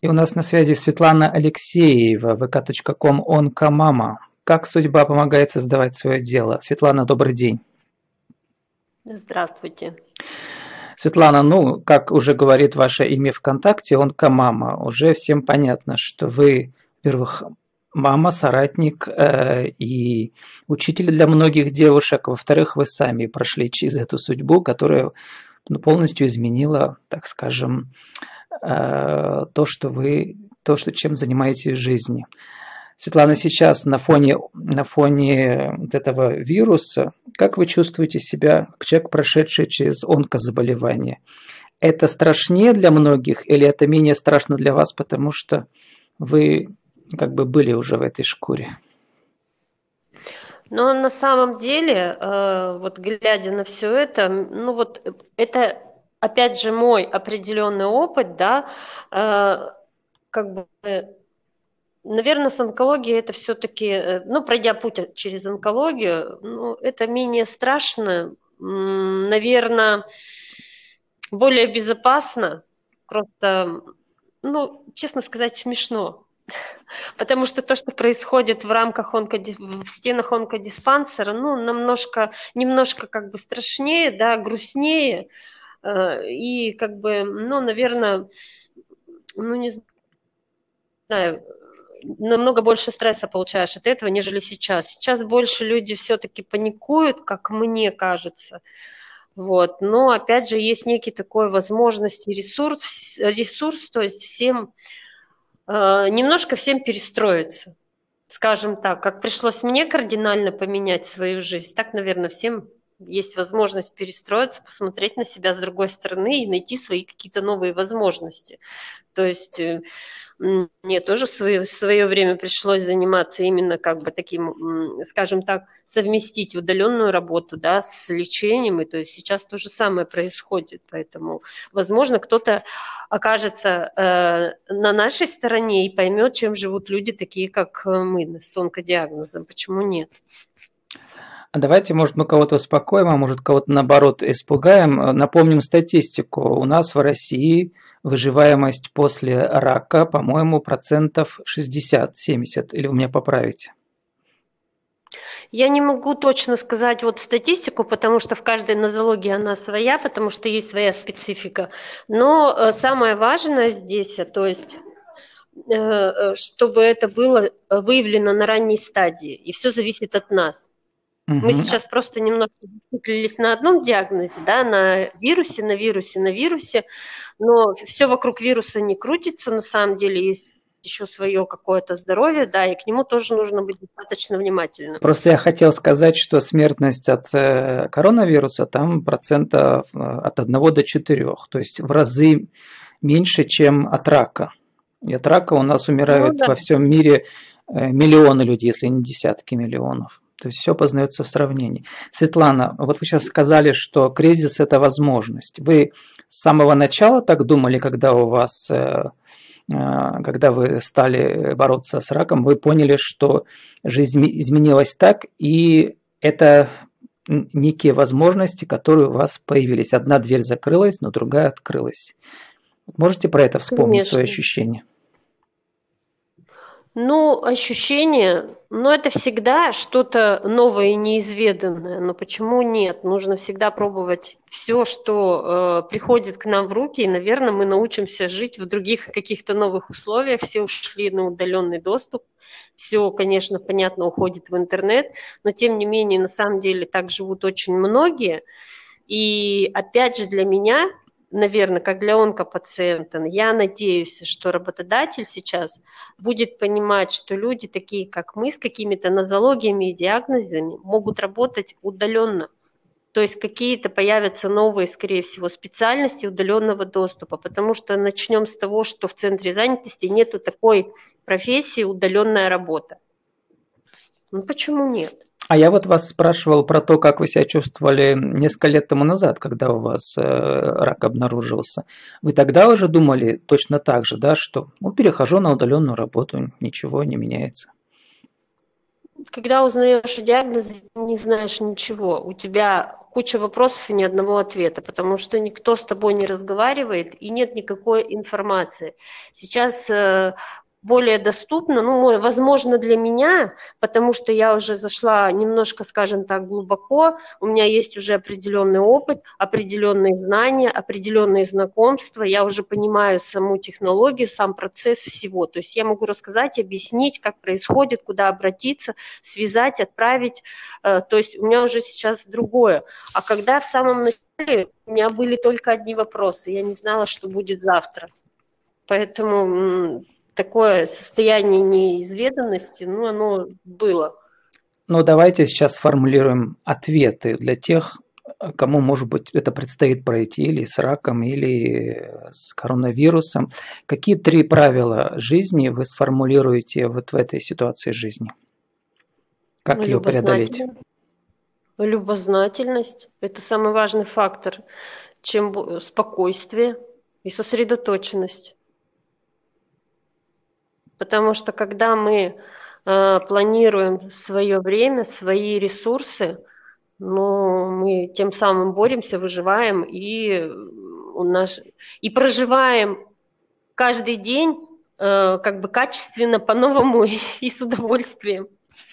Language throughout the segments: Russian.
И у нас на связи Светлана Алексеева, vk.com онкомама. Как судьба помогает создавать свое дело? Светлана, добрый день. Здравствуйте. Светлана, как уже говорит ваше имя ВКонтакте, онкомама, уже всем понятно, что вы, во-первых, мама, соратник и учитель для многих девушек. Во-вторых, вы сами прошли через эту судьбу, которая полностью изменила, так скажем, чем занимаетесь в жизни. Светлана, сейчас на фоне вот этого вируса, как вы чувствуете себя, как человек, прошедший через онкозаболевание? Это страшнее для многих или это менее страшно для вас, потому что вы как бы были уже в этой шкуре? Но на самом деле, вот глядя на все это, это опять же мой определенный опыт, да, как бы, наверное, с онкологией это все-таки, пройдя путь через онкологию, это менее страшно, наверное, более безопасно, просто, честно сказать, смешно. Потому что то, что происходит в рамках в стенах онкодиспансера, немножко как бы страшнее, да, грустнее, и как бы, наверное, не знаю, намного больше стресса получаешь от этого, нежели сейчас. Сейчас больше люди все-таки паникуют, как мне кажется. Вот. Но опять же есть некий такой возможность и ресурс, то есть немножко всем перестроиться, скажем так. Как пришлось мне кардинально поменять свою жизнь, так, наверное, всем есть возможность перестроиться, посмотреть на себя с другой стороны и найти свои какие-то новые возможности. То есть мне тоже в свое время пришлось заниматься именно как бы таким, скажем так, совместить удаленную работу, да, с лечением, и то есть сейчас то же самое происходит, поэтому, возможно, кто-то окажется на нашей стороне и поймет, чем живут люди такие, как мы, с онкодиагнозом, почему нет? А давайте, может, мы кого-то успокоим, а может, кого-то, наоборот, испугаем. Напомним статистику. У нас в России выживаемость после рака, по-моему, 60-70%. Или вы меня поправите? Я не могу точно сказать вот статистику, потому что в каждой нозологии она своя, потому что есть своя специфика. Но самое важное здесь, то есть чтобы это было выявлено на ранней стадии. И все зависит от нас. Мы сейчас просто немножко зациклились на одном диагнозе, да, на вирусе, но все вокруг вируса не крутится, на самом деле есть еще свое какое-то здоровье, да, и к нему тоже нужно быть достаточно внимательным. Просто я хотел сказать, что смертность от коронавируса там процентов от 1 до 4, то есть в разы меньше, чем от рака. И от рака у нас умирают во всем мире миллионы людей, если не десятки миллионов. То есть все познается в сравнении. Светлана, вот вы сейчас сказали, что кризис – это возможность. Вы с самого начала так думали, когда вы стали бороться с раком, вы поняли, что жизнь изменилась так, и это некие возможности, которые у вас появились. Одна дверь закрылась, но другая открылась. Можете про это вспомнить, свои ощущения? Ощущение, это всегда что-то новое и неизведанное. Но почему нет? Нужно всегда пробовать все, что приходит к нам в руки, и, наверное, мы научимся жить в других каких-то новых условиях. Все ушли на удаленный доступ. Все, конечно, понятно, уходит в интернет, но тем не менее, на самом деле, так живут очень многие. И опять же, для меня, наверное, как для онкопациента, я надеюсь, что работодатель сейчас будет понимать, что люди, такие как мы, с какими-то нозологиями и диагнозами, могут работать удаленно. То есть какие-то появятся новые, скорее всего, специальности удаленного доступа, потому что начнем с того, что в центре занятости нету такой профессии удаленная работа. Почему нет? А я вот вас спрашивал про то, как вы себя чувствовали несколько лет тому назад, когда у вас рак обнаружился. Вы тогда уже думали точно так же, да, что перехожу на удаленную работу, ничего не меняется? Когда узнаешь диагноз, не знаешь ничего. У тебя куча вопросов и ни одного ответа, потому что никто с тобой не разговаривает и нет никакой информации. Сейчас более доступно, ну, возможно, для меня, потому что я уже зашла немножко, скажем так, глубоко, у меня есть уже определенный опыт, определенные знания, определенные знакомства, я уже понимаю саму технологию, сам процесс всего. То есть я могу рассказать, объяснить, как происходит, куда обратиться, связать, отправить. То есть у меня уже сейчас другое. А когда в самом начале у меня были только одни вопросы, я не знала, что будет завтра. Поэтому такое состояние неизведанности, ну, оно было. Ну, давайте сейчас сформулируем ответы для тех, кому, может быть, это предстоит пройти или с раком, или с коронавирусом. Какие 3 правила жизни вы сформулируете вот в этой ситуации жизни? Как ее преодолеть? Любознательность – это самый важный фактор, чем спокойствие и сосредоточенность. Потому что когда мы планируем свое время, свои ресурсы, ну, мы тем самым боремся, выживаем и проживаем каждый день как бы качественно, по-новому и с удовольствием.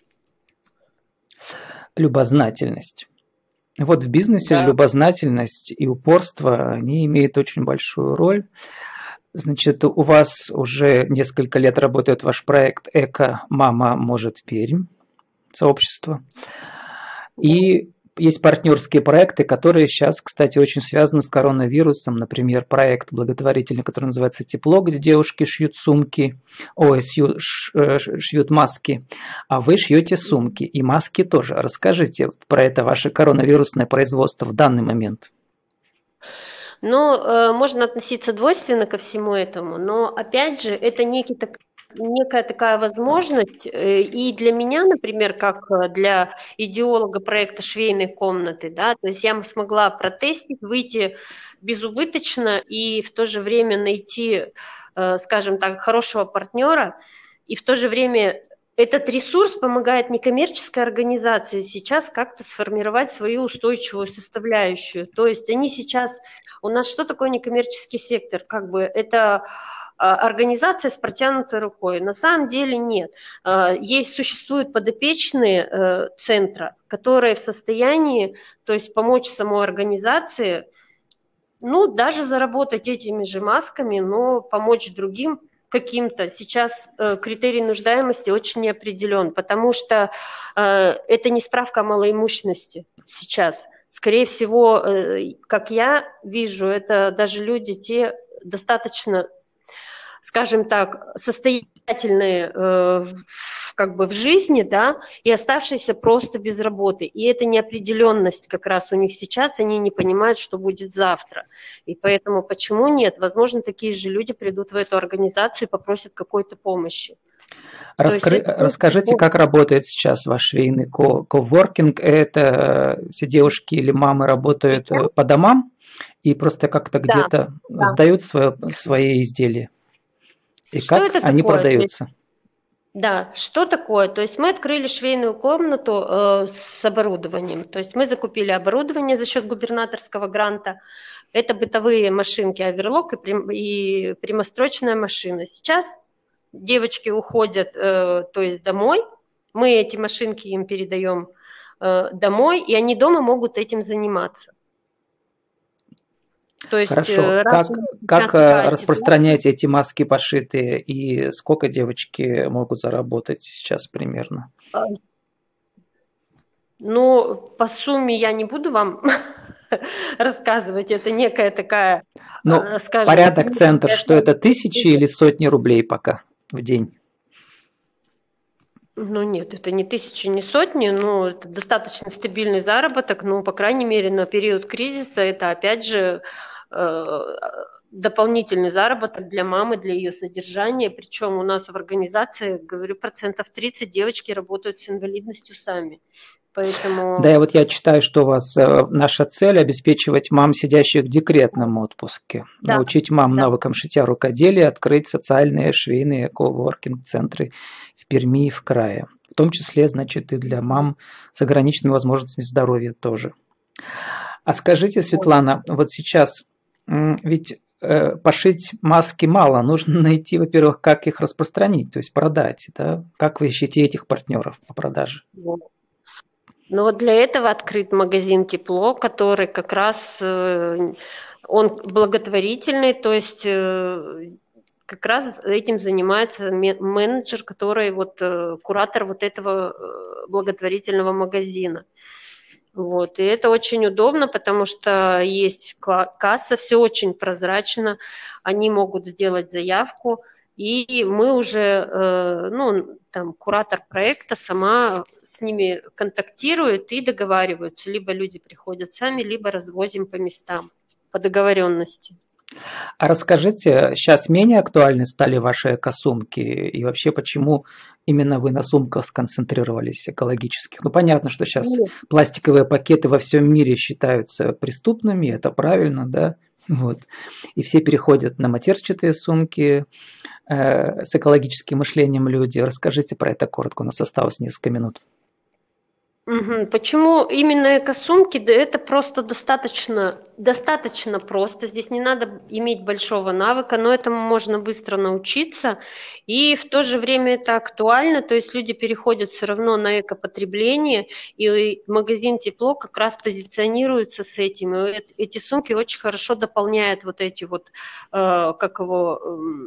Любознательность. Вот в бизнесе Да. любознательность и упорство, они имеют очень большую роль. Значит, у вас уже несколько лет работает ваш проект «Эко-мама может Пермь», сообщество. И есть партнерские проекты, которые сейчас, кстати, очень связаны с коронавирусом. Например, проект благотворительный, который называется «Тепло», где девушки шьют сумки, шьют маски, а вы шьете сумки и маски тоже. Расскажите про это ваше коронавирусное производство в данный момент. Ну, можно относиться двойственно ко всему этому, но, опять же, это некая такая возможность и для меня, например, как для идеолога проекта швейной комнаты, да, то есть я смогла протестить, выйти безубыточно и в то же время найти, скажем так, хорошего партнера, и в то же время этот ресурс помогает некоммерческой организации сейчас как-то сформировать свою устойчивую составляющую. То есть они сейчас... У нас что такое некоммерческий сектор? Как бы это организация с протянутой рукой. На самом деле нет. Существуют подопечные центра, которые в состоянии, то есть помочь самой организации, ну, даже заработать этими же масками, но помочь другим каким-то. Сейчас критерий нуждаемости очень не определен, потому что это не справка о малоимущности сейчас. Скорее всего, как я вижу, это даже люди те достаточно, скажем так, состоятельные как бы в жизни, да, и оставшиеся просто без работы. И эта неопределенность как раз у них сейчас, они не понимают, что будет завтра. И поэтому почему нет? Возможно, такие же люди придут в эту организацию и попросят какой-то помощи. Расскажите, как работает сейчас ваш швейный коворкинг? Это все девушки или мамы работают по домам и просто как-то где-то сдают свои изделия? И как они продаются? Да, что такое? То есть мы открыли швейную комнату с оборудованием. То есть мы закупили оборудование за счет губернаторского гранта. Это бытовые машинки оверлок и прямострочная машина. Сейчас девочки уходят, то есть домой. Мы эти машинки им передаем домой, и они дома могут этим заниматься. То есть, хорошо. Как распространяете эти маски пошитые и сколько девочки могут заработать сейчас примерно? Ну, по сумме я не буду вам рассказывать. Это некая такая, скажем... Порядок, центр, что это тысячи или сотни рублей пока в день? Ну нет, это не тысячи, не сотни, но это достаточно стабильный заработок, ну, по крайней мере, на период кризиса это, опять же, дополнительный заработок для мамы, для ее содержания. Причем у нас в организации, говорю, 30% девочки работают с инвалидностью сами. Поэтому... Да, я читаю, что у вас наша цель – обеспечивать мам, сидящих в декретном отпуске, научить мам навыкам шитья рукоделия, открыть социальные швейные коворкинг-центры в Перми и в крае. В том числе, значит, и для мам с ограниченными возможностями здоровья тоже. А скажите, Светлана, вот сейчас ведь пошить маски мало, нужно найти, во-первых, как их распространить, то есть продать, да? Как вы ищете этих партнеров по продаже? Вот. Но вот для этого открыт магазин «Тепло», который как раз он благотворительный, то есть как раз этим занимается менеджер, который вот куратор вот этого благотворительного магазина. Вот. И это очень удобно, потому что есть касса, все очень прозрачно, они могут сделать заявку, и мы уже, ну, там, куратор проекта сама с ними контактирует и договариваются. Либо люди приходят сами, либо развозим по местам по договоренности. А расскажите, сейчас менее актуальны стали ваши эко-сумки и вообще почему именно вы на сумках сконцентрировались экологических? Ну, понятно, что сейчас Нет. пластиковые пакеты во всем мире считаются преступными, это правильно, да? Вот. И все переходят на матерчатые сумки с экологическим мышлением люди. Расскажите про это коротко, у нас осталось несколько минут. Мгм. Почему именно эко-сумки? Да это просто достаточно просто. Здесь не надо иметь большого навыка, но этому можно быстро научиться. И в то же время это актуально, то есть люди переходят все равно на экопотребление, и магазин «Тепло» как раз позиционируется с этим. И эти сумки очень хорошо дополняют вот эти вот, как его,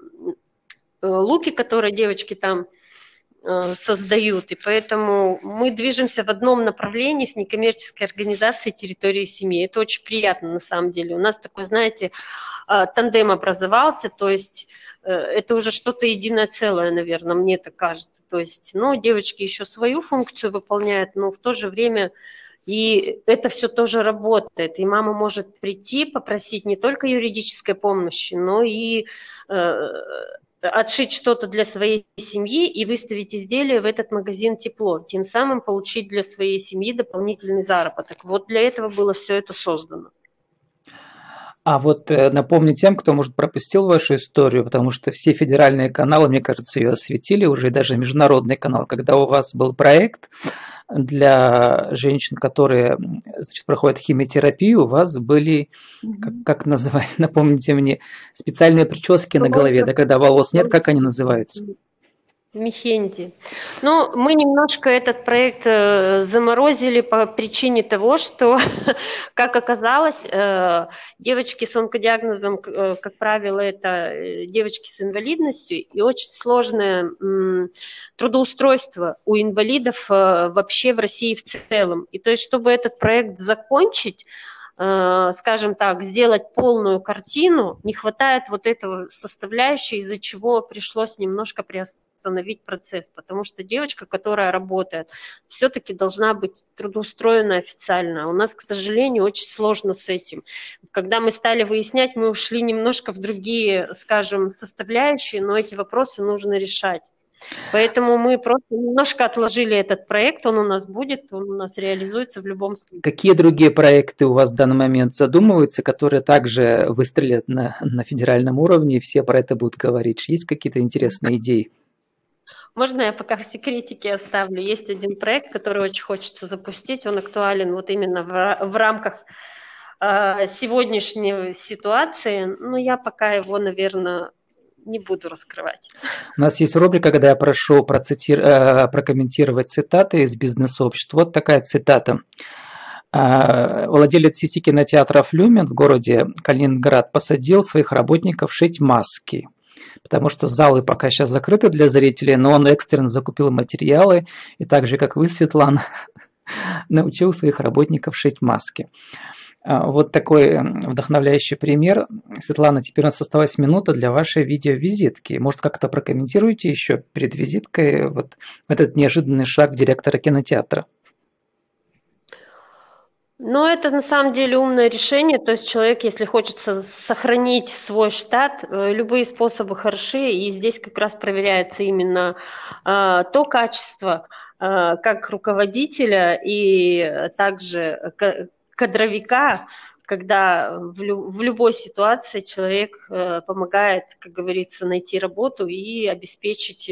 луки, которые девочки там создают. И поэтому мы движемся в одном направлении с некоммерческой организацией территории семьи. Это очень приятно на самом деле. У нас такой, знаете, тандем образовался, то есть это уже что-то единое целое, наверное, мне так кажется. То есть, ну, девочки еще свою функцию выполняют, но в то же время и это все тоже работает. И мама может прийти, попросить не только юридической помощи, но и отшить что-то для своей семьи и выставить изделие в этот магазин «Тепло», тем самым получить для своей семьи дополнительный заработок. Вот для этого было все это создано. А вот напомню тем, кто, может, пропустил вашу историю, потому что все федеральные каналы, мне кажется, ее осветили уже, и даже международный канал, когда у вас был проект для женщин, которые, значит, проходят химиотерапию, у вас были, как называть, напомните мне, специальные прически на голове, да, когда волос нет, как они называются? Мехенди. Ну, мы немножко этот проект заморозили по причине того, что, как оказалось, девочки с онкодиагнозом, как правило, это девочки с инвалидностью, и очень сложное трудоустройство у инвалидов вообще в России в целом. И то есть, чтобы этот проект закончить, скажем так, сделать полную картину, не хватает вот этого составляющей, из-за чего пришлось немножко приостановить процесс, потому что девочка, которая работает, все-таки должна быть трудоустроена официально. У нас, к сожалению, очень сложно с этим. Когда мы стали выяснять, мы ушли немножко в другие, скажем, составляющие, но эти вопросы нужно решать. Поэтому мы просто немножко отложили этот проект, он у нас будет, он у нас реализуется в любом случае. Какие другие проекты у вас в данный момент задумываются, которые также выстрелят на федеральном уровне, и все про это будут говорить? Есть какие-то интересные идеи? Можно я пока в секретике оставлю? Есть один проект, который очень хочется запустить, он актуален вот именно в рамках сегодняшней ситуации, но я пока его, наверное, не буду раскрывать. У нас есть рубрика, когда я прошу прокомментировать цитаты из бизнес-сообщества. Вот такая цитата. Владелец сети кинотеатров «Люмен» в городе Калининград посадил своих работников шить маски, потому что залы пока сейчас закрыты для зрителей, но он экстренно закупил материалы и так же, как вы, Светлана, научил своих работников шить маски. Вот такой вдохновляющий пример. Светлана, теперь у нас осталась минута для вашей видеовизитки. Может, как-то прокомментируете еще перед визиткой вот этот неожиданный шаг директора кинотеатра? Но это на самом деле умное решение, то есть человек, если хочется сохранить свой штат, любые способы хороши, и здесь как раз проверяется именно то качество как руководителя и также кадровика, когда в любой ситуации человек помогает, как говорится, найти работу и обеспечить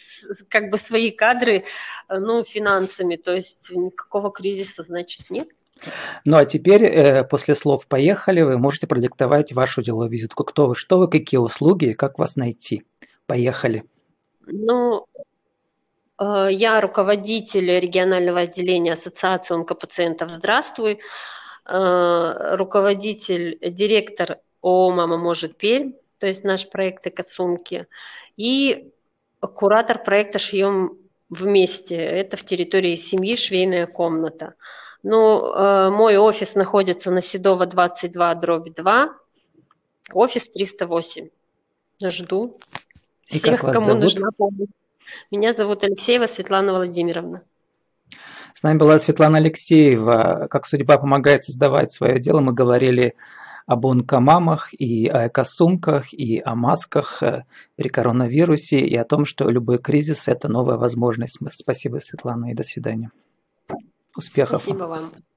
как бы свои кадры, ну, финансами, то есть никакого кризиса, значит, нет. Ну а теперь, после слов «поехали», вы можете продиктовать вашу деловую визитку. Кто вы, что вы, какие услуги и как вас найти. Поехали. Ну, я руководитель регионального отделения Ассоциации онкопациентов «Здравствуй», руководитель, директор ООО «Мама может Пермь», то есть наш проект «Экосумки», и куратор проекта «Шьем вместе». Это в территории семьи «Швейная комната». Ну, мой офис находится на Седова 22/2, офис 308. Жду И как всех, вас кому зовут? нужна помощь. Меня зовут Алексеева Светлана Владимировна. С нами была Светлана Алексеева. Как судьба помогает создавать свое дело, мы говорили об онкомамах и о экосумках, и о масках при коронавирусе, и о том, что любой кризис – это новая возможность. Спасибо, Светлана, и до свидания. Успехов вам. Спасибо вам.